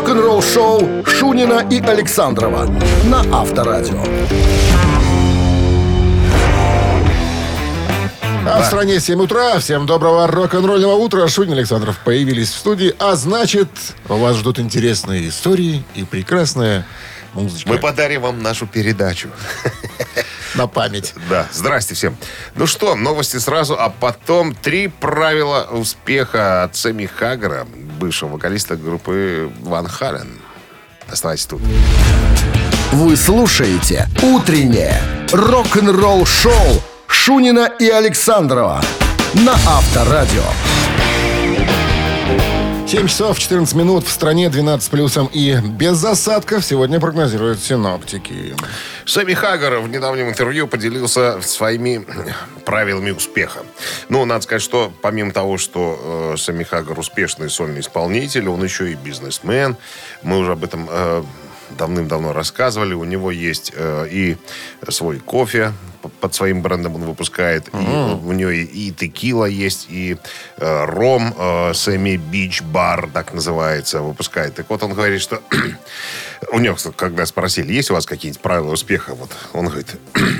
Рок-н-ролл-шоу Шунина и Александрова на Авторадио. А в стране 7 утра. Всем доброго рок-н-ролльного утра. Шунин и Александров появились в студии. А значит, вас ждут интересные истории и прекрасная музычка. Мы подарим вам нашу передачу. На память. Да, здрасте всем. Ну что, новости сразу, а потом 3 правила успеха от Сэмми Хаггара, бывшего вокалиста группы Ван Хален. Оставайтесь тут. Вы слушаете «Утреннее рок-н-ролл-шоу» Шунина и Александрова на Авторадио. 7 часов 14 минут. В стране 12 плюсом и без осадков сегодня прогнозируют синоптики. Сэмми Хаггар в недавнем интервью поделился своими правилами успеха. Ну, надо сказать, что помимо того, что Сэмми Хаггар успешный сольный исполнитель, он еще и бизнесмен. Мы уже об этом давным-давно рассказывали. У него есть и свой кофе, под своим брендом он выпускает. И у него и текила есть, и ром Сэмми Бич Бар, так называется, выпускает. Так вот, он говорит, что у него, когда спросили, есть у вас какие-нибудь правила успеха, вот он говорит,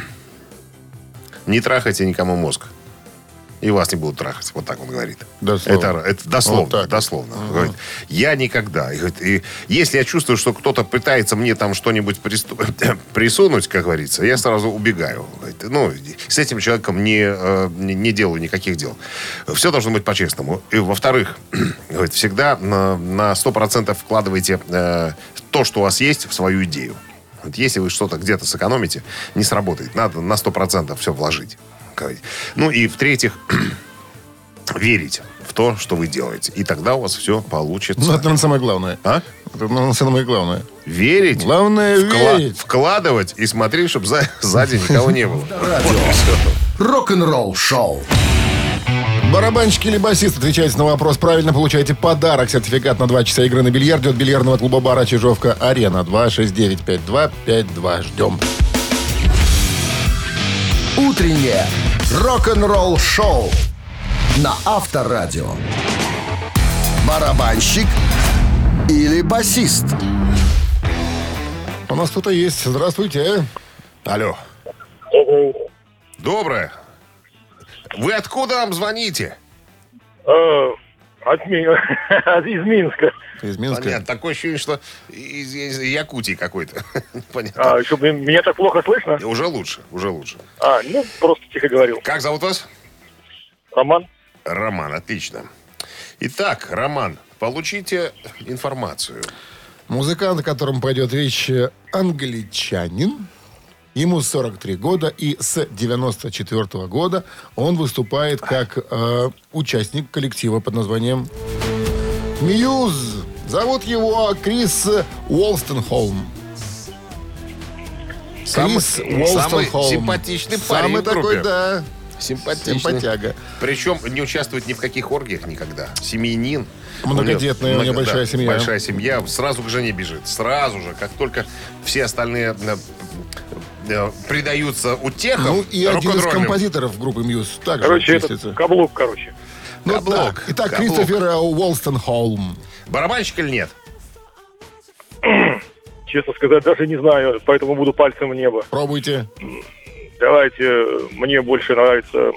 не трахайте никому мозг. И вас не будут трахать. Вот так он говорит. Дословно. Это дословно. Вот так. Дословно. Говорит, я никогда. И если я чувствую, что кто-то пытается мне там что-нибудь присунуть, как говорится, я сразу убегаю. Говорит, ну, с этим человеком не делаю никаких дел. Все должно быть по-честному. И, во-вторых, говорит, всегда на 100% вкладывайте то, что у вас есть, в свою идею. Вот если вы что-то где-то сэкономите, не сработает. Надо на 100% все вложить. Ну и в-третьих, верить в то, что вы делаете. И тогда у вас все получится. Ну, это, наверное, самое главное. А? Это, наверное, самое главное. Верить. Главное верить. Вкладывать и смотреть, чтобы сзади никого не было. Рок-н-ролл-шоу. Барабанщик или басист, отвечаете на вопрос. Правильно получаете подарок. Сертификат на 2 часа игры на бильярде от бильярдного клуба-бара «Чижовка-Арена». 269-5252. Ждем. Утреннее рок-н-ролл-шоу на Авторадио. Барабанщик или басист? У нас кто-то есть. Здравствуйте. Алло. Доброе. Вы откуда нам звоните? Из Минска. Из Минска. Понятно. Такое ощущение, что из Якутии какой-то. Понятно. Чтобы меня так плохо слышно? Уже лучше, уже лучше. Просто тихо говорил. Как зовут вас? Роман. Роман, отлично. Итак, Роман, получите информацию. Музыкант, о котором пойдет речь, англичанин. Ему 43 года, и с 94 года он выступает как участник коллектива под названием «Мьюз». Зовут его Крис Уолстенхолм. Самый симпатичный парень Самый в группе. такой, да. Симпатичный. Симпатяга. Причем не участвует ни в каких оргиях никогда. Семьянин. Многодетная, у него большая семья. Большая семья. Сразу к жене бежит. Сразу же. Как только все остальные предаются утехам. Ну и один из композиторов группы «Мьюз» также числится. Каблук. Ну Каблук. да. Итак, Каблук. Кристофер Уолстенхолм. Барабанщик или нет? Честно сказать, даже не знаю, поэтому буду пальцем в небо. Пробуйте. Давайте, мне больше нравится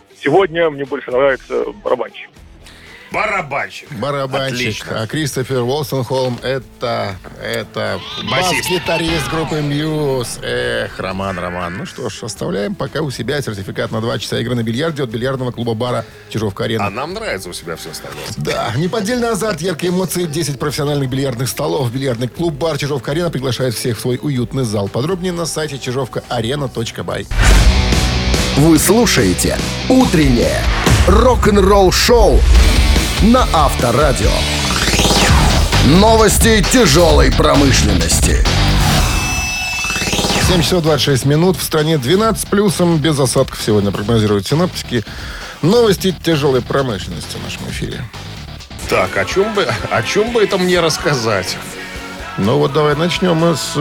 барабанщик. Барабанщик. Барабанщик. Отлично. А Кристофер Уолстенхолм это бас-гитарист группы «Мьюз». Эх, Роман. Ну что ж, оставляем пока у себя сертификат на 2 часа игры на бильярде от бильярдного клуба-бара «Чижовка-Арена». А нам нравится у себя все оставлять. Да, неподдельный азарт, яркие эмоции, 10 профессиональных бильярдных столов. Бильярдный клуб-бар «Чижовка-Арена» приглашает всех в свой уютный зал. Подробнее на сайте чижовкаарена.бай. Вы слушаете «Утреннее рок-н-ролл-шоу» на Авторадио. Новости тяжелой промышленности. 7 часов 26 минут. В стране 12 плюсом. Без осадков сегодня прогнозируют синоптики. Новости тяжелой промышленности в нашем эфире. Так, о чем бы это мне рассказать? Ну вот давай начнем мы с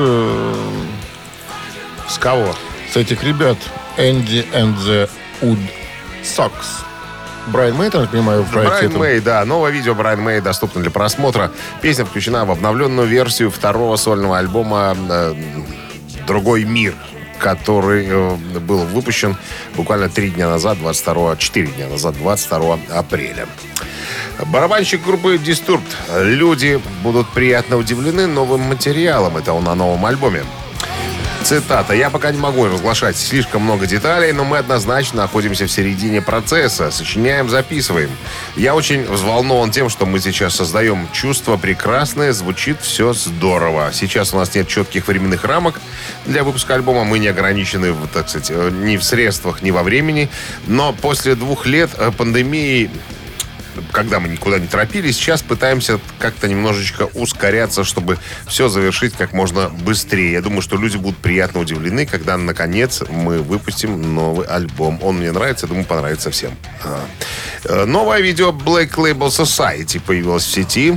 кого? С этих ребят. Andy and the Wood Socks. Брайан Мэй, я понимаю, в проекте Брайан этом. Мэй, да. Новое видео Брайан Мэй доступно для просмотра. Песня включена в обновленную версию второго сольного альбома «Другой мир», который был выпущен буквально 4 дня назад, 22 апреля. Барабанщик группы Disturbed. Люди будут приятно удивлены новым материалом. Это он на новом альбоме. Цитата. «Я пока не могу разглашать слишком много деталей, но мы однозначно находимся в середине процесса. Сочиняем, записываем. Я очень взволнован тем, что мы сейчас создаем. Чувство прекрасное, звучит все здорово. Сейчас у нас нет четких временных рамок для выпуска альбома. Мы не ограничены, так сказать, ни в средствах, ни во времени. Но после 2 лет пандемии, когда мы никуда не торопились, сейчас пытаемся как-то немножечко ускоряться, чтобы все завершить как можно быстрее. Я думаю, что люди будут приятно удивлены, когда, наконец, мы выпустим новый альбом. Он мне нравится, думаю, понравится всем». Новое видео Black Label Society появилось в сети.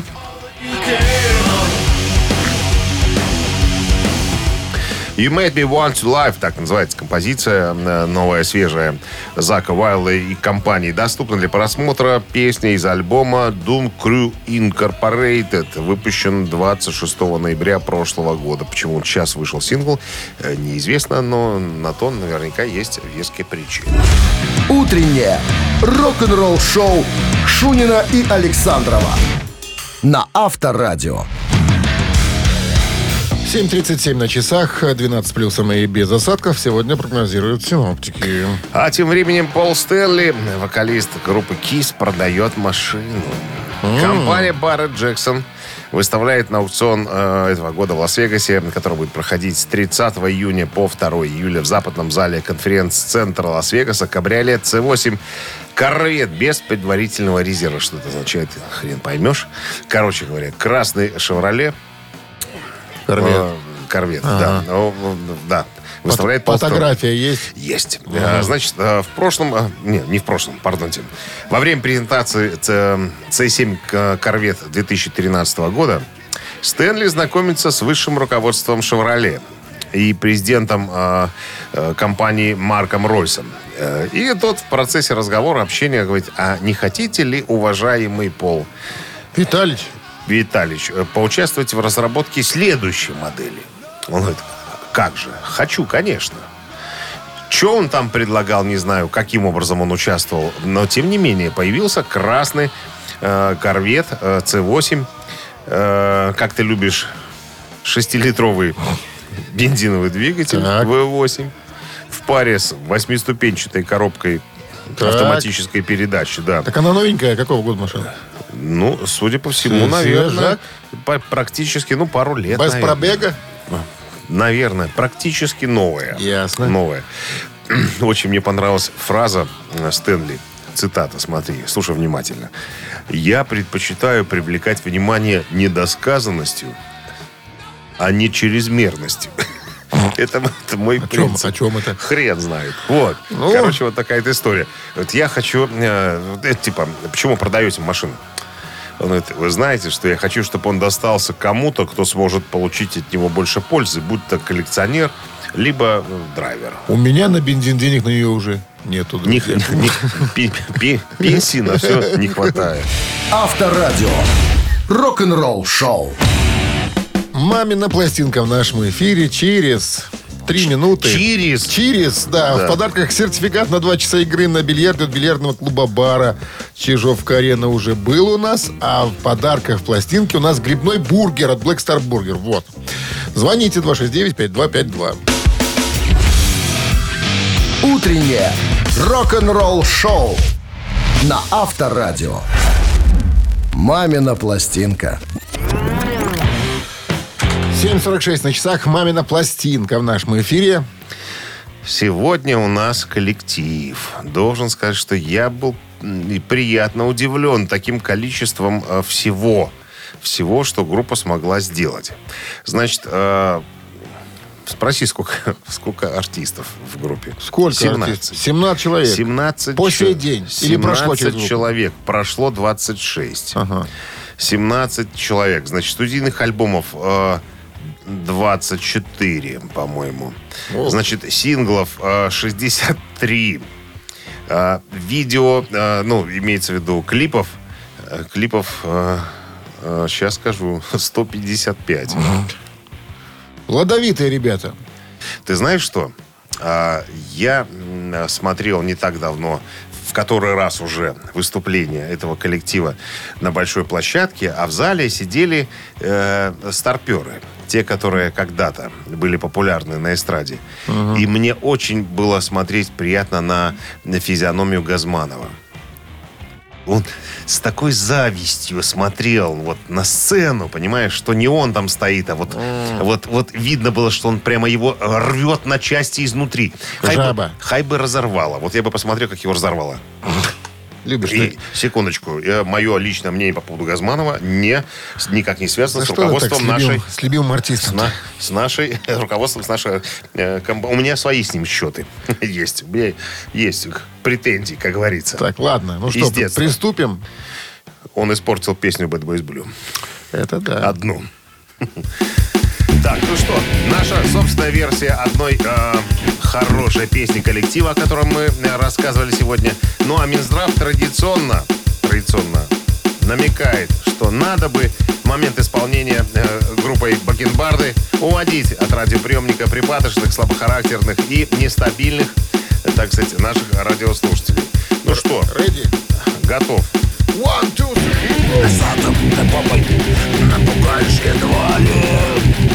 You Made Me Want to Live, так называется композиция, новая, свежая, Зака Уайлда и компании. Доступна для просмотра. Песня из альбома Doom Crew Incorporated, выпущен 26 ноября прошлого года. Почему сейчас вышел сингл, неизвестно, но на то наверняка есть веские причины. Утреннее рок-н-ролл-шоу Шунина и Александрова на Авторадио. 7:37 на часах, 12 плюсом и без осадков. Сегодня прогнозируют синоптики. А тем временем Пол Стэнли, вокалист группы Kiss, продает машину. Компания Barrett Jackson выставляет на аукцион этого года в Лас-Вегасе, который будет проходить с 30 июня по 2 июля в западном зале конференц-центра Лас-Вегаса, кабриолет C8 Корвет без предварительного резерва. Что это означает, хрен поймешь. Короче говоря, красный «Шевроле». Корвет, да. Да. Выставляет Фотография есть? Есть. Значит, в прошлом... не в прошлом, пардонте. Во время презентации C7 Корвет 2013 года Стэнли знакомится с высшим руководством «Шевроле» и президентом компании Марком Ройсом. И тот в процессе разговора, общения говорит: а не хотите ли, уважаемый Пол Виталич, поучаствовать в разработке следующей модели? Он говорит: как же, хочу, конечно. Что он там предлагал, не знаю, каким образом он участвовал, но тем не менее появился красный Корвет C8, как ты любишь, 6-литровый бензиновый двигатель V8 в паре с 8-ступенчатой коробкой автоматической передачи, да. Так она новенькая, какого года машина? Ну, судя по всему, наверное, практически, пару лет. Без пробега? Наверное, практически новая. Ясно. Новая. Очень мне понравилась фраза Стэнли. Цитата, смотри, слушай внимательно. «Я предпочитаю привлекать внимание недосказанностью, а не чрезвычайностью». Это мой принцип. О чем это? Хрен знает. Вот. Короче, вот такая-то история. Вот я хочу... почему продаете машину? Он говорит: вы знаете, что я хочу, чтобы он достался кому-то, кто сможет получить от него больше пользы, будь то коллекционер, либо драйвер. У меня на бензин денег на нее уже нету. Пенсии на все не хватает. Авторадио. Рок-н-ролл шоу. Мамина пластинка в нашем эфире через 3 минуты. Через, да. В подарках сертификат на 2 часа игры на бильярде от бильярдного клуба-бара Чижовка-Арена уже был у нас. А в подарках пластинки у нас грибной бургер от Black Star Burger. Вот. Звоните 269-5252. Утреннее рок-н-ролл шоу на Авторадио. Мамина пластинка. 7:46 на часах. Мамина пластинка в нашем эфире. Сегодня у нас коллектив. Должен сказать, что я был приятно удивлен таким количеством всего, что группа смогла сделать. Значит, спроси, сколько артистов в группе? Сколько 17. артистов? 17 человек. 17 по сей день. Или прошло через 17 человек. Прошло 26. Ага. 17 человек. Значит, студийных альбомов 24, по-моему. Значит, синглов 63. Видео, имеется в виду клипов, сейчас скажу, 155. Плодовитые ребята. Ты знаешь что? Я смотрел не так давно, в который раз уже выступление этого коллектива на большой площадке, а в зале сидели старперы. Те, которые когда-то были популярны на эстраде. И мне очень было смотреть приятно на физиономию Газманова. Он с такой завистью смотрел вот на сцену, понимаешь, что не он там стоит, а вот видно было, что он прямо его рвет на части изнутри. Жаба. Хай бы разорвало. Вот я бы посмотрел, как его разорвало. Любишь И, ты. Секундочку. Мое личное мнение по поводу Газманова никак не связано с руководством нашей... С любимым артистом. С нашей руководством, с нашей... У меня свои с ним счеты есть. У меня есть претензии, как говорится. Так, ладно. Ну что, приступим? Он испортил песню Bad Boys Blue. Это да. Одну. Так, ну что, наша собственная версия одной хорошей песни коллектива, о котором мы рассказывали сегодня. Ну, а Минздрав традиционно намекает, что надо бы в момент исполнения группой Бакенбарды уводить от радиоприемника припадочных, слабохарактерных и нестабильных, так сказать, наших радиослушателей. Ну что, Ready? Готов. 1, 2, 3. Задом ты попой напугаешь едва ли.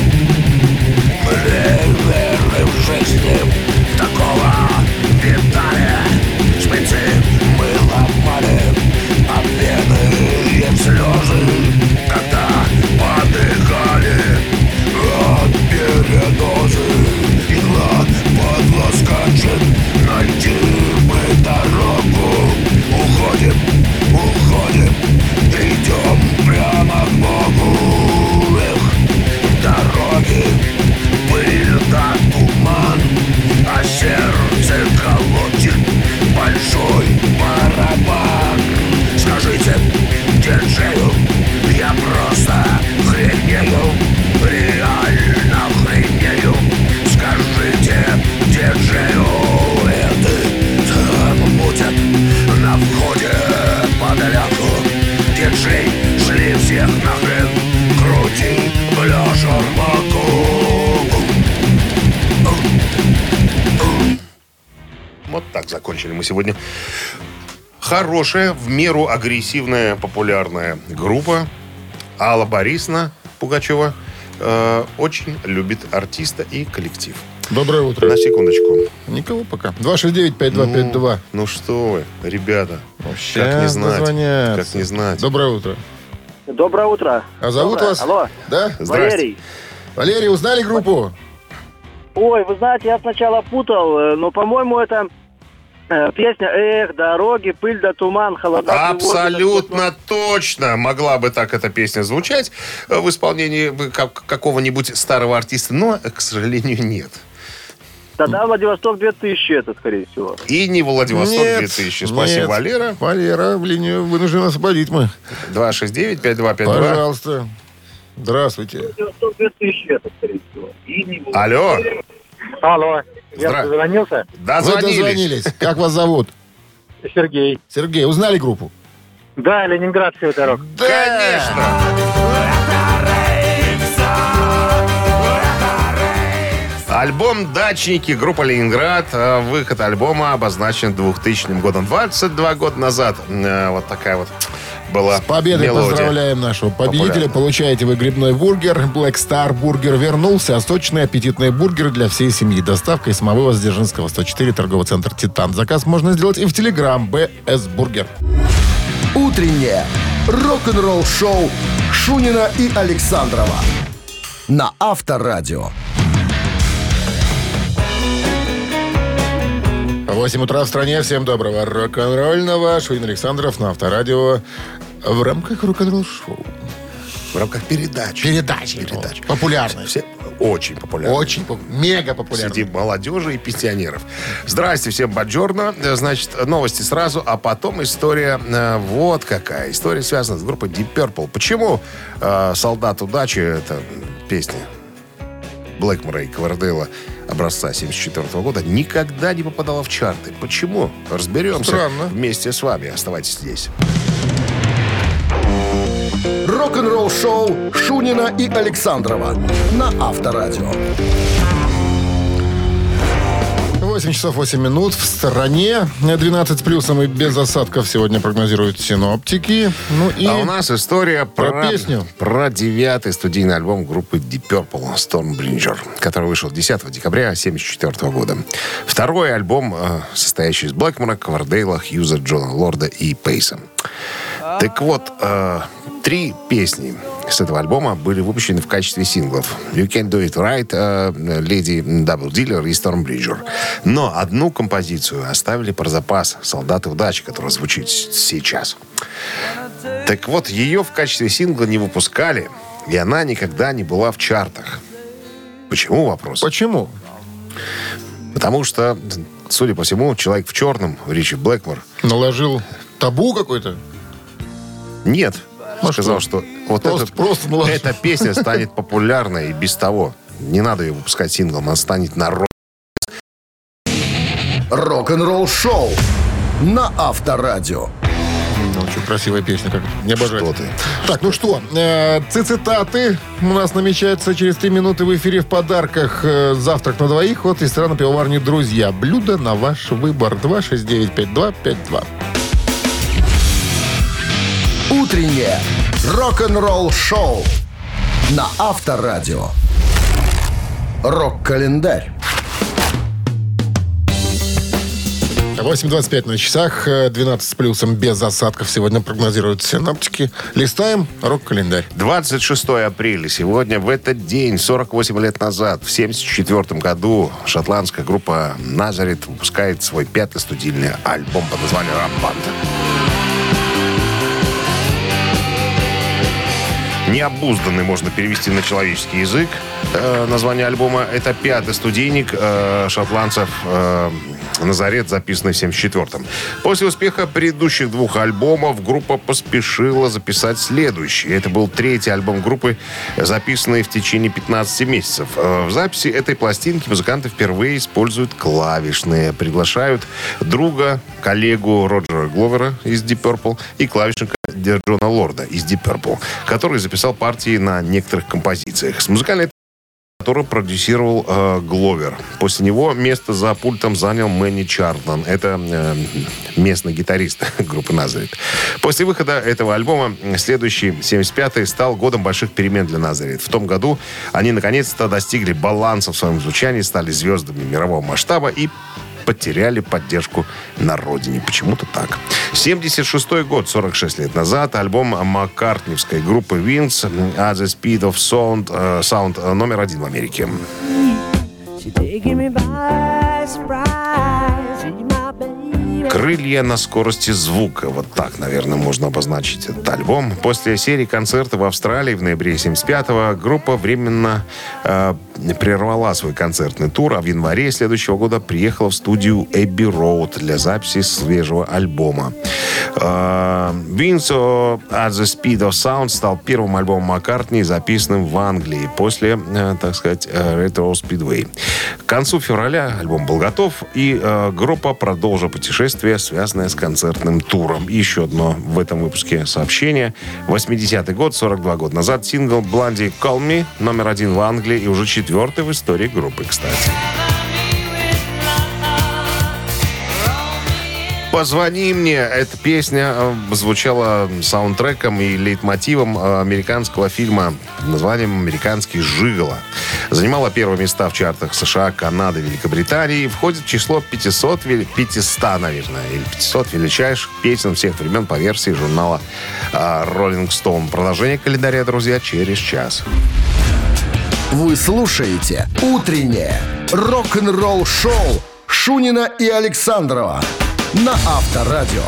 Веры в жизни такого видали. Шприцы мы ломали, а пены и слезы, когда подыхали от передозы. Игла под глаз скачет, найти мы дорогу. Уходим, идем прямо к Богу. Эх, дороги, пыль да туман, а сердце колотит большой барабан. Скажите диджею, я просто хренею, реально хренею. Скажите диджею, это там мутят на входе подалеку. Диджей, шли всех нахрен, крути бляшармаку. Вот так закончили мы сегодня. Хорошая, в меру агрессивная, популярная группа. Алла Борисовна Пугачева очень любит артиста и коллектив. Доброе утро. На секундочку. Никого пока. 269-5252. Ну что вы, ребята. Сейчас Как не знать? дозвонятся. Как не знать? Доброе утро. Доброе утро. А зовут Доброе. вас? Алло. Да? Здрасте. Валерий. Валерий, узнали группу? Ой, вы знаете, я сначала путал, но, по-моему, это песня «Эх, дороги, пыль да туман, холода». Абсолютно точно могла бы так эта песня звучать в исполнении какого-нибудь старого артиста, но, к сожалению, нет. Тогда Владивосток 2000 это, скорее всего. И не Владивосток Нет, 2000. Спасибо, нет. Валера. Валера, в линию вынужден освободить мы. 269-5252. Пожалуйста. Здравствуйте. Владивосток 2000 это, скорее всего. И не Алло. Алло. Я дозвонился? Вы Дозвонились. дозвонились. Как вас зовут? Сергей. Сергей, узнали группу? Да, Ленинград, Святой Конечно. Альбом «Дачники», группа «Ленинград». Выход альбома обозначен 2000 годом. 22 года назад. Вот такая вот была С победой мелодия. поздравляем нашего победителя. Популярно. Получаете вы грибной бургер. Black Star бургер вернулся. А сочные аппетитные бургеры для всей семьи. Доставка из самого Дзержинского, 104, торговый центр «Титан». Заказ можно сделать и в Телеграм БС Бургер. Утреннее рок-н-ролл-шоу Шунина и Александрова на Авторадио. 8 утра в стране. Всем доброго рок-н-ролльного. Шунин Александров на Авторадио в рамках рок-н-ролл-шоу. В рамках передачи. Передачи. Популярные. Все очень популярны. Очень, мега популярные. Среди молодежи и пенсионеров. Здрасте, всем баджорно. Значит, новости сразу, а потом история вот какая. История связана с группой Deep Purple. Почему «Солдат удачи» — это песня? Блэкмора и Ковердейла образца 1974 года никогда не попадала в чарты. Почему? Разберемся. Странно. Вместе с вами. Оставайтесь здесь. Рок-н-ролл-шоу Шунина и Александрова на Авторадио. 8 часов 8 минут. В стороне 12 с плюсом и без осадков сегодня прогнозируют синоптики. Ну и А у нас история про песню. Про 9-й студийный альбом группы Deep Purple «Stormbringer», который вышел 10 декабря 1974 года. Второй альбом, состоящий из Блэкмора, Ковердейла, Хьюза, Джона Лорда и Пейса. Так вот, 3 песни с этого альбома были выпущены в качестве синглов. You Can't Do It Right, Lady Double Dealer и Stormbringer. Но одну композицию оставили про запас «Солдаты удачи», которая звучит сейчас. Так вот, ее в качестве сингла не выпускали, и она никогда не была в чартах. Почему, вопрос? почему? Потому что, судя по всему, человек в черном, Ричи Блэкмор, Наложил табу какой-то? нет. А Сказал, что? что вот Просто наложил. эта песня станет популярной и без того. Не надо ее выпускать синглом, она станет народной. Рок-н-ролл-шоу на Авторадио. Очень красивая песня, как не обожаю. Что ты? Так, ну что, цитаты у нас намечается через 3 минуты в эфире в подарках. Завтрак на двоих от ресторана пивоварни «Друзья». Блюдо на ваш выбор. 269-5252. Утреннее рок-н-ролл-шоу на Авторадио. Рок-календарь. 8:25 на часах, 12 с плюсом без осадков сегодня прогнозируют синоптики. Листаем рок-календарь. 26 апреля. Сегодня, в этот день, 48 лет назад, в 1974 году, шотландская группа «Назарет» выпускает свой 5-й студийный альбом под названием «Рап-банд». «Необузданный» можно перевести на человеческий язык. Название альбома — это 5-й студийник шотландцев «Назарет», записанный в 1974-м. После успеха предыдущих 2 альбомов группа поспешила записать следующий. Это был 3-й альбом группы, записанный в течение 15 месяцев. В записи этой пластинки музыканты впервые используют клавишные. Приглашают друга, коллегу Роджера Гловера из Deep Purple и клавишника Джона Лорда из Deep Purple, который записал партии на некоторых композициях. С музыкальной который продюсировал Гловер. После него место за пультом занял Мэнни Чарлтон. Это местный гитарист группы «Назарет». После выхода этого альбома следующий, 75-й, стал годом больших перемен для «Назарет». В том году они наконец-то достигли баланса в своем звучании, стали звездами мирового масштаба и потеряли поддержку на родине. Почему-то так. 76-й год, 46 лет назад, альбом маккартневской группы Wings «At the Speed of Sound» номер 1 в Америке. «Крылья на скорости звука». Вот так, наверное, можно обозначить этот альбом. После серии концертов в Австралии в ноябре 1975-го группа временно прервала свой концертный тур, а в январе следующего года приехала в студию Эбби Роуд для записи свежего альбома. «Wings at the Speed of Sound» стал первым альбомом Маккартни, записанным в Англии после, так сказать, Retro Speedway. К концу февраля альбом был готов, и группа продолжила путешествие, связанное с концертным туром. И еще одно в этом выпуске сообщение. 80-й год, 42 года назад, сингл «Blondie Call Me» номер 1 в Англии и уже 4-й в истории группы, кстати. «Позвони мне». Эта песня звучала саундтреком и лейтмотивом американского фильма под названием «Американский жиголо». Занимала первые места в чартах США, Канады, Великобритании. Входит в число 500, наверное, или 500 величайших песен всех времен по версии журнала Rolling Stone. Продолжение календаря, друзья, через час. Вы слушаете «Утреннее рок-н-ролл-шоу» Шунина и Александрова на Авторадио.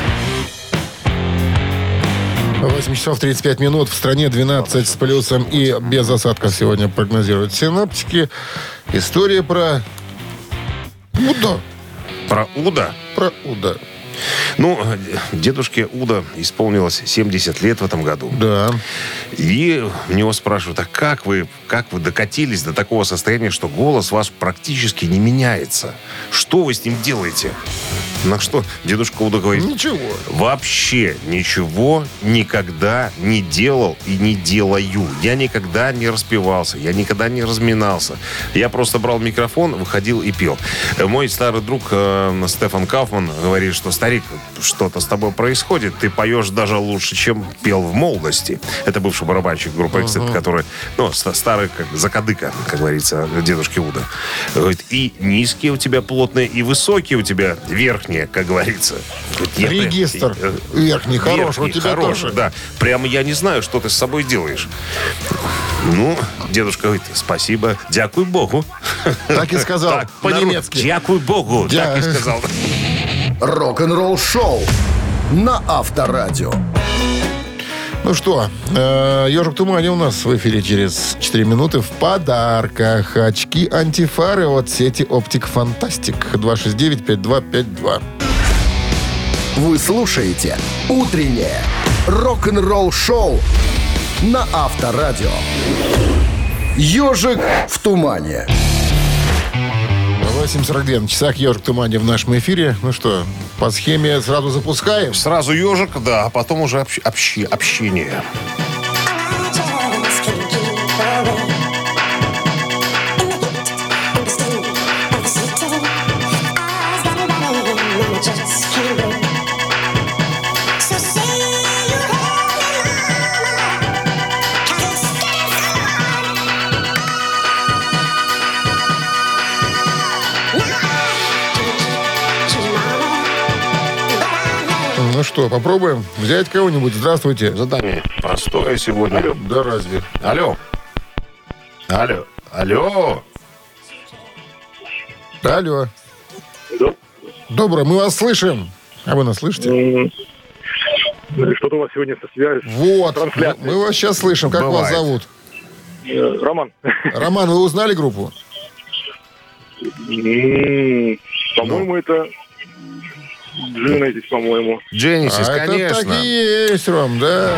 8 часов 35 минут. В стране 12 с плюсом и без осадков сегодня прогнозируют синоптики. История про Уда. Про Уда? Про Уда. Ну, дедушке Уда исполнилось 70 лет в этом году. Да. И у него спрашивают, а как вы докатились до такого состояния, что голос ваш практически не меняется? Что вы с ним делаете? На что дедушка Уда говорит... Ничего. Вообще ничего никогда не делал и не делаю. Я никогда не распевался, я никогда не разминался. Я просто брал микрофон, выходил и пел. Мой старый друг Стефан Кауфман говорит, что, старик, что-то с тобой происходит. Ты поешь даже лучше, чем пел в молодости. Это бывший барабанщик группы Exit, который, старый, как закадыка, как говорится, дедушки Уда. Говорит, и низкие у тебя плотные, и высокие у тебя верхние, как говорится. Регистр верхний хороший, у тебя хороший, тоже. Да. Прямо я не знаю, что ты с собой делаешь. Ну, дедушка говорит, спасибо, дякуй Богу. Так и сказал, Так, по-немецки. Дякуй Богу, так и сказал. Рок-н-ролл шоу на Авторадио. Ну что, «Ежик в тумане» у нас в эфире через 4 минуты. В подарках очки антифары от сети «Оптик Фантастик». 269-5252. Вы слушаете «Утреннее рок-н-ролл шоу» на Авторадио. «Ежик в тумане». 8:42 на часах. «Ежик в тумане» в нашем эфире. Ну что, по схеме сразу запускаем? Сразу ежик, да, а потом уже общение. Ну что, попробуем взять кого-нибудь. Здравствуйте. Задание простое сегодня. Алло. Да разве? Алло. Алло. Доброе, мы вас слышим. А вы нас слышите? Что-то у вас сегодня со связью. Вот, Трансляция. мы вас сейчас слышим. Как вас Бывает. зовут? Роман. Роман, вы узнали группу? По-моему, это Genesis, по-моему. Genesis, Это конечно. так и есть, Ром, да.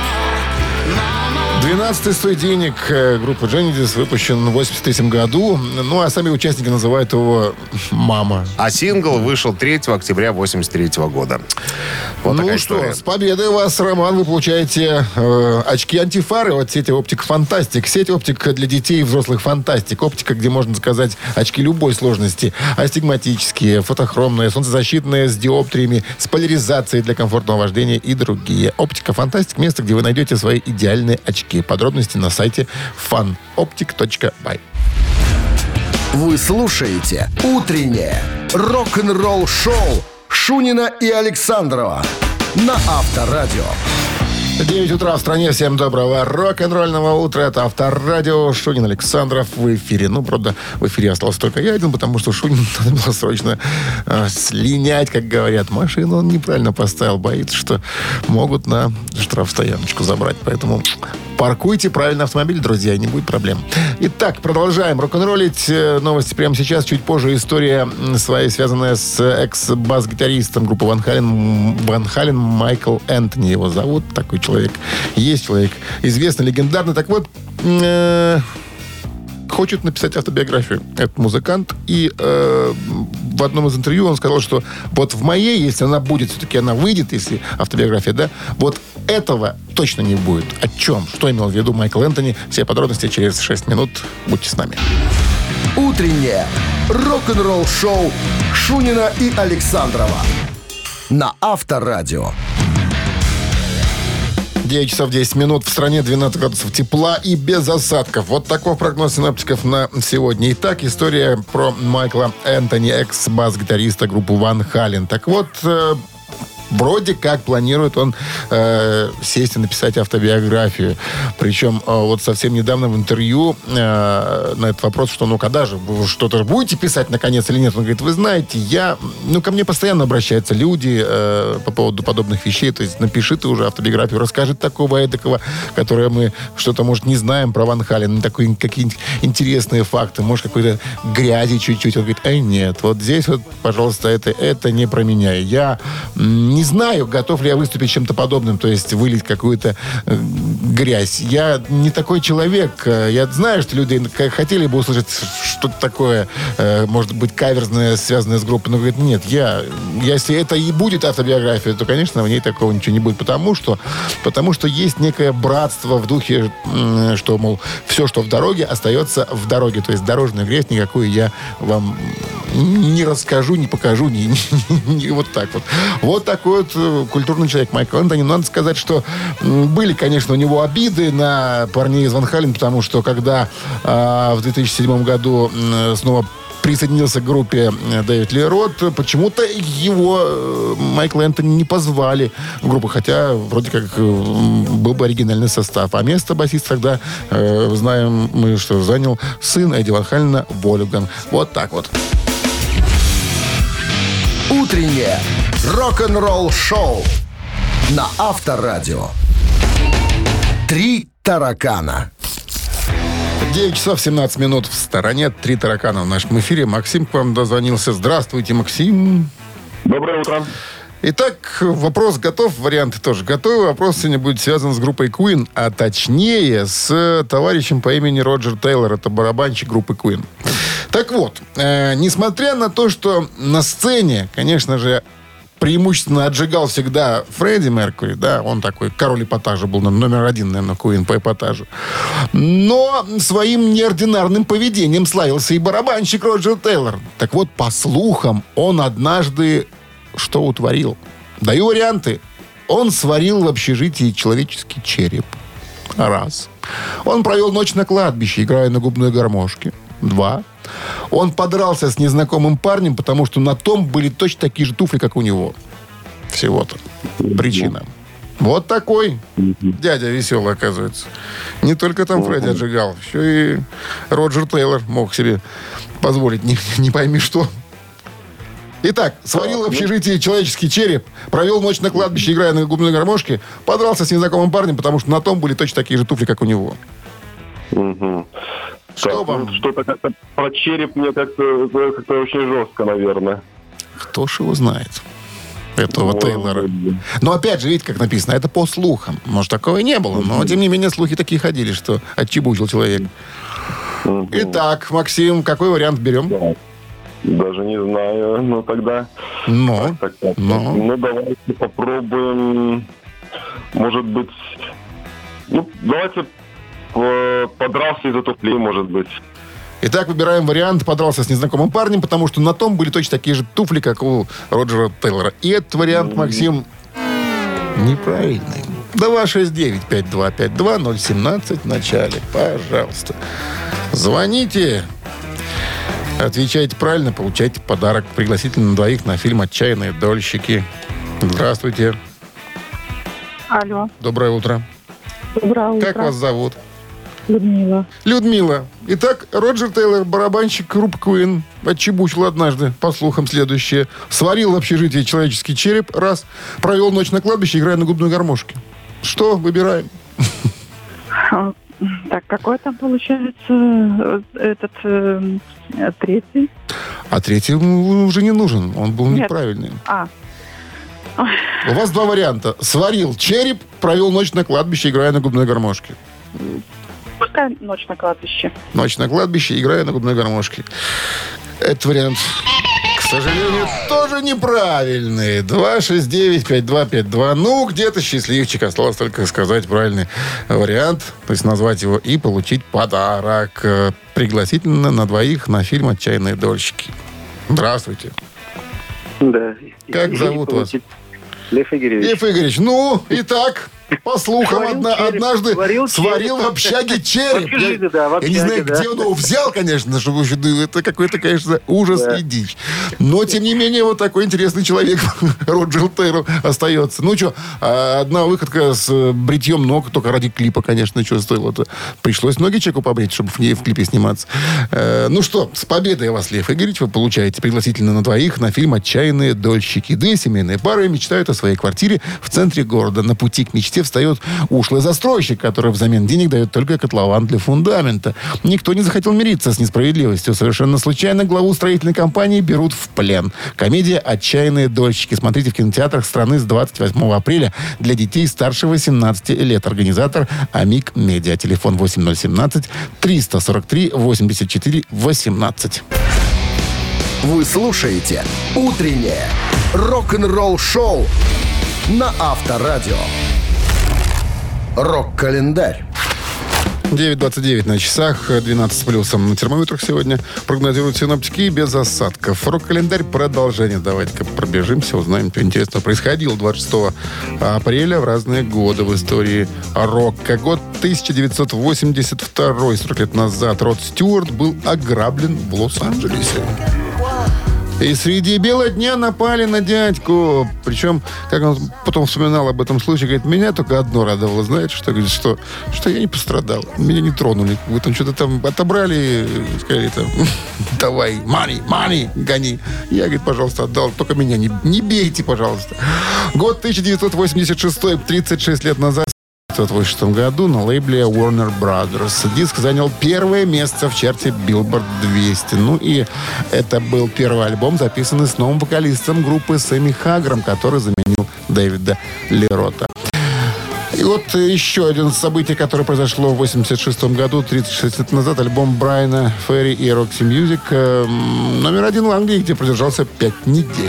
12-й студийник группы Genesis выпущен в 1983 году. Ну, а сами участники называют его «Мама». А сингл вышел 3 октября 1983 года. Вот Ну такая что, история. с победой вас, Роман, вы получаете очки антифары от сети «Оптик Фантастик». Сеть «Оптик» для детей и взрослых «Фантастик». Оптика, где можно заказать очки любой сложности. Астигматические, фотохромные, солнцезащитные с диоптриями, с поляризацией для комфортного вождения и другие. «Оптика Фантастик» — место, где вы найдете свои идеальные очки. Подробности на сайте funoptic.by. Вы слушаете «Утреннее рок-н-ролл-шоу» Шунина и Александрова на Авторадио. 9 утра в стране. Всем доброго рок-н-ролльного утра. Это Авторадио. Шунин, Александров в эфире. Ну, правда, в эфире остался только я один, потому что Шунин надо было срочно слинять, как говорят. Машину он неправильно поставил. Боится, что могут на штрафстояночку забрать. Поэтому паркуйте правильно автомобиль, друзья, и не будет проблем. Итак, продолжаем рок-н-роллить. Новости прямо сейчас. Чуть позже история своя, связанная с экс-бас-гитаристом группы Ван Хален Майкл Энтони его зовут. Такой человек. Есть человек известный, легендарный. Так вот, хочет написать автобиографию. Этот музыкант. И в одном из интервью он сказал, что вот в моей, если она будет, все-таки она выйдет, если автобиография, да, вот этого точно не будет. О чем? Что имел в виду Майкл Энтони? Все подробности через 6 минут. Будьте с нами. Утреннее рок-н-ролл-шоу Шунина и Александрова на Авторадио. 9 часов 10 минут. В стране 12 градусов тепла и без осадков. Вот такой прогноз синоптиков на сегодня. Итак, история про Майкла Энтони, экс-бас-гитариста группы Ван Хален. Так вот, Вроде как планирует он сесть и написать автобиографию. Причем вот совсем недавно в интервью на этот вопрос, что ну когда же, вы что-то будете писать наконец или нет? Он говорит, вы знаете, ко мне постоянно обращаются люди по поводу подобных вещей. То есть напиши ты уже автобиографию, расскажи такого эдакого, которое мы что-то, может, не знаем про Ван Хален, какие-нибудь интересные факты, может, какой-то грязи чуть-чуть. Он говорит, нет, вот здесь вот, пожалуйста, это не про меня. Я не знаю, готов ли я выступить чем-то подобным, то есть вылить какую-то грязь. Я не такой человек. Я знаю, что люди хотели бы услышать что-то такое, может быть, каверзное, связанное с группой, но говорит, нет, если это и будет автобиография, то, конечно, в ней такого ничего не будет, потому что есть некое братство в духе, что, мол, все, что в дороге, остается в дороге. То есть дорожную грязь никакую я вам не расскажу, не покажу, не вот так вот. Вот такой вот культурный человек Майкл Энтони. Надо сказать, что были, конечно, у него обиды на парней из Ван Хален, потому что когда в 2007 году снова присоединился к группе Дэвид Ли Рот, почему-то его Майкла Энтони не позвали в группу, хотя вроде как был бы оригинальный состав. А место басиста тогда, знаем мы, что занял сын Эдди Ван Халена Вольфганг. Вот так вот. Утреннее рок-н-ролл-шоу на Авторадио. 3 таракана. 9 часов 17 минут в стороне. 3 таракана в нашем эфире. Максим к вам дозвонился. Здравствуйте, Максим. Доброе утро. Итак, вопрос готов, варианты тоже готовы. Вопрос сегодня будет связан с группой Queen, а точнее с товарищем по имени Роджер Тейлор. Это барабанщик группы Queen. Так вот, несмотря на то, что на сцене, конечно же, преимущественно отжигал всегда Фредди Меркьюри, да, он такой король эпатажа был, номер один, наверное, Queen по эпатажу. Но своим неординарным поведением славился и барабанщик Роджер Тейлор. Так вот, по слухам, он однажды что утворил? Даю варианты. Он сварил в общежитии человеческий череп. Раз. Он провел ночь на кладбище, играя на губной гармошке. 2. Он подрался с незнакомым парнем, потому что на том были точно такие же туфли, как у него. Всего-то. Причина. Вот такой дядя веселый, оказывается. Не только там Фредди отжигал, еще и Роджер Тейлор мог себе позволить не пойми что. Итак, сварил в общежитии человеческий череп, провел ночь на кладбище, играя на губной гармошке, подрался с незнакомым парнем, потому что на том были точно такие же туфли, как у него. Что вам? Что-то как-то про череп мне как-то очень жестко, наверное. Кто ж его знает? Этого Тейлора. Но опять же, видите, как написано, это по слухам. Может, такого и не было, но тем не менее слухи такие ходили, что отчебучил человек. Итак, Максим, какой вариант берем? Даже не знаю, но тогда... Ну, давайте попробуем, может быть... давайте подрался из-за туфли, может быть. Итак, выбираем вариант «подрался с незнакомым парнем», потому что на том были точно такие же туфли, как у Роджера Тейлора. И этот вариант, Максим, неправильный. 269-5252-017 в начале. Пожалуйста. Звоните. Отвечайте правильно, получайте подарок. Пригласительный на двоих на фильм «Отчаянные дольщики». Здравствуйте. Алло. Доброе утро. Доброе утро. Как вас зовут? Людмила. Людмила. Итак, Роджер Тейлор, барабанщик группы Queen, отчебучил однажды, по слухам, следующее. Сварил в общежитии человеческий череп, раз. Провел ночь на кладбище, играя на губной гармошке. Что выбираем? Так, какой там получается этот третий? А третий уже не нужен, он был неправильный. У вас два варианта. Сварил череп, провел ночь на кладбище, играя на губной гармошке. Пускай ночь на кладбище. Ночь на кладбище, играя на губной гармошке. Этот вариант, к сожалению, тоже неправильный. 269-5252. Ну, где-то счастливчик. Осталось только сказать правильный вариант, то есть назвать его и получить подарок. Пригласительно на двоих на фильм «Отчаянные дольщики». Здравствуйте. Да. Как зовут вас? Лев Игоревич. Лев Игоревич, ну, итак, По слухам, Сварил череп. однажды Сварил сварил в общаге череп. В общежитии, да, в Я не общаге, знаю, да. где он его взял, конечно, чтобы это какой-то, конечно, ужас и дичь. Но, тем не менее, вот такой интересный человек Роджер Тейлор остается. Ну что, одна выходка с бритьем ног, только ради клипа, конечно, что стоило-то. Пришлось ноги человеку побрить, чтобы в клипе сниматься. Ну что, с победой вас, Лев Игоревич, вы получаете пригласительно на двоих на фильм «Отчаянные дольщики». Две семейные пары мечтают о своей квартире в центре города. На пути к мечте встает ушлый застройщик, который взамен денег дает только котлован для фундамента. Никто не захотел мириться с несправедливостью. Совершенно случайно главу строительной компании берут в плен. Комедия «Отчаянные дольщики». Смотрите в кинотеатрах страны с 28 апреля для детей старше 18 лет. Организатор «Амик Медиа». Телефон 8017-343-84-18. Вы слушаете «Утреннее рок-н-ролл-шоу» на Авторадио. Рок-календарь. 9:29 на часах, 12 с плюсом на термометрах сегодня. Прогнозируют синоптики без осадков. Рок-календарь продолжение. Давайте-ка пробежимся, узнаем, что интересного происходило 26 апреля в разные годы в истории рока. Год 1982, 40 лет назад. Род Стюарт был ограблен в Лос-Анджелесе. И среди бела дня напали на дядьку. Причем, как он потом вспоминал об этом случае, говорит, меня только одно радовало, знаете, что, говорит, что я не пострадал. Меня не тронули. Вы там что-то там отобрали, сказали там, давай, money, гони. Я, говорит, пожалуйста, отдал. Только меня не бейте, пожалуйста. Год 1986, 36 лет назад. В 1986 году на лейбле Warner Brothers диск занял первое место в чарте Billboard 200. Ну и это был первый альбом, записанный с новым вокалистом группы Сэмми Хаггером, который заменил Дэвида Ли Рота. И вот еще один событие, которое произошло в 1986 году, 36 лет назад, альбом Брайана Ферри и Roxy Music, номер один в Англии, где продержался 5 недель.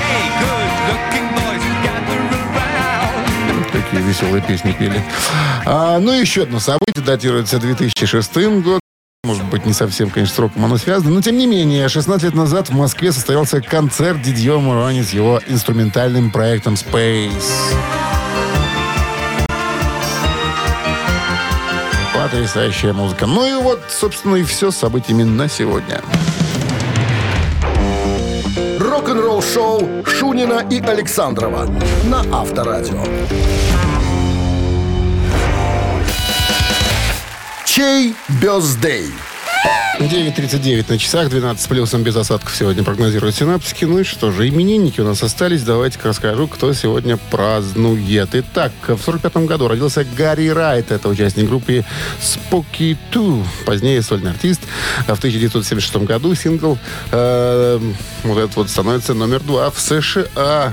Такие веселые песни пели. Ну и еще одно событие, датируется 2006 год. Может быть, не совсем, конечно, с роком оно связано, но тем не менее, 16 лет назад в Москве состоялся концерт Дидье Мурони с его инструментальным проектом Space. Потрясающая музыка. Ну и вот, собственно, и все с событиями на сегодня. Рок-н-ролл-шоу Шунина и Александрова на Авторадио. Чей бёздей? 9:39 на часах, 12 с плюсом без осадков сегодня прогнозируют синаптики. Ну и что же, именинники у нас остались. Давайте-ка расскажу, кто сегодня празднует. Итак, в 1945 году родился Гарри Райт. Это участник группы Spooky Tooth. Позднее сольный артист. В 1976 году сингл вот этот вот становится номер 2 в США.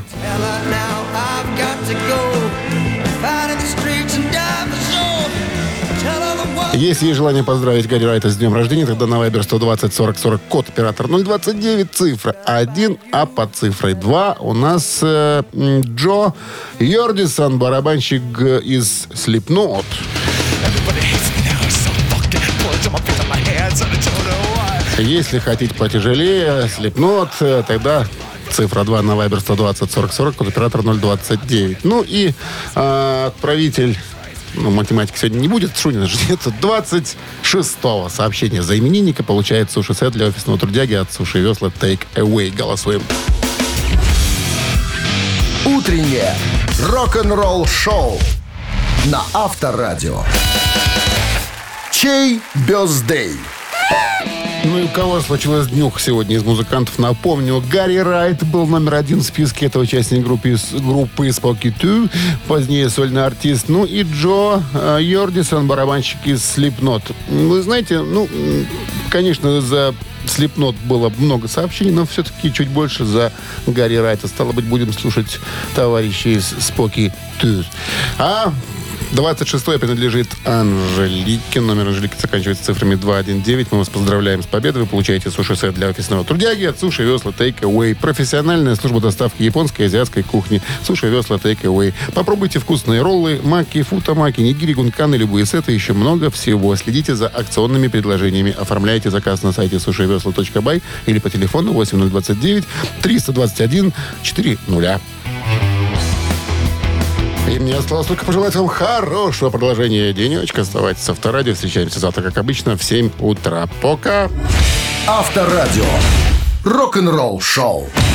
Если есть желание поздравить Гарри Райта с днем рождения, тогда на Viber 120 40 40 код оператор 029, цифра 1, а под цифрой 2 у нас Джо Йордисон, барабанщик из Slipknot. Если хотите потяжелее, Slipknot, тогда цифра 2 на Viber 120 40 40, код оператор 029. Ну и отправитель... математики сегодня не будет, Шунина ждет 26-го сообщения за именинника. Получает суши-сет для офисного трудяги от Суши Весла Take Away. Голосуем. Утреннее рок-н-ролл-шоу на Авторадио. Чей бёздей? Ну и у кого случилось днюх сегодня из музыкантов, напомню. Гарри Райт был номер 1 в списке. Это участник группы Spooky Tooth, позднее сольный артист. Ну и Джо Йордисон, барабанщик из Slipknot. Вы знаете, конечно, за Slipknot было много сообщений, но все-таки чуть больше за Гарри Райта. Стало быть, будем слушать товарищей из Spooky Tooth. 26-е принадлежит Анжелике. Номер Анжелики заканчивается цифрами 219. Мы вас поздравляем с победой. Вы получаете суши-сет для офисного трудяги от Суши Весла Take Away. Профессиональная служба доставки японской и азиатской кухни. Суши Весла Take Away. Попробуйте вкусные роллы, маки, футамаки, нигири, гунканы, любые сеты, еще много всего. Следите за акционными предложениями. Оформляйте заказ на сайте sushivesla.by или по телефону 8029 321 400. И мне осталось только пожелать вам хорошего продолжения денечка. Оставайтесь с Авторадио. Встречаемся завтра, как обычно, в 7 утра. Пока. Авторадио. Рок-н-ролл шоу.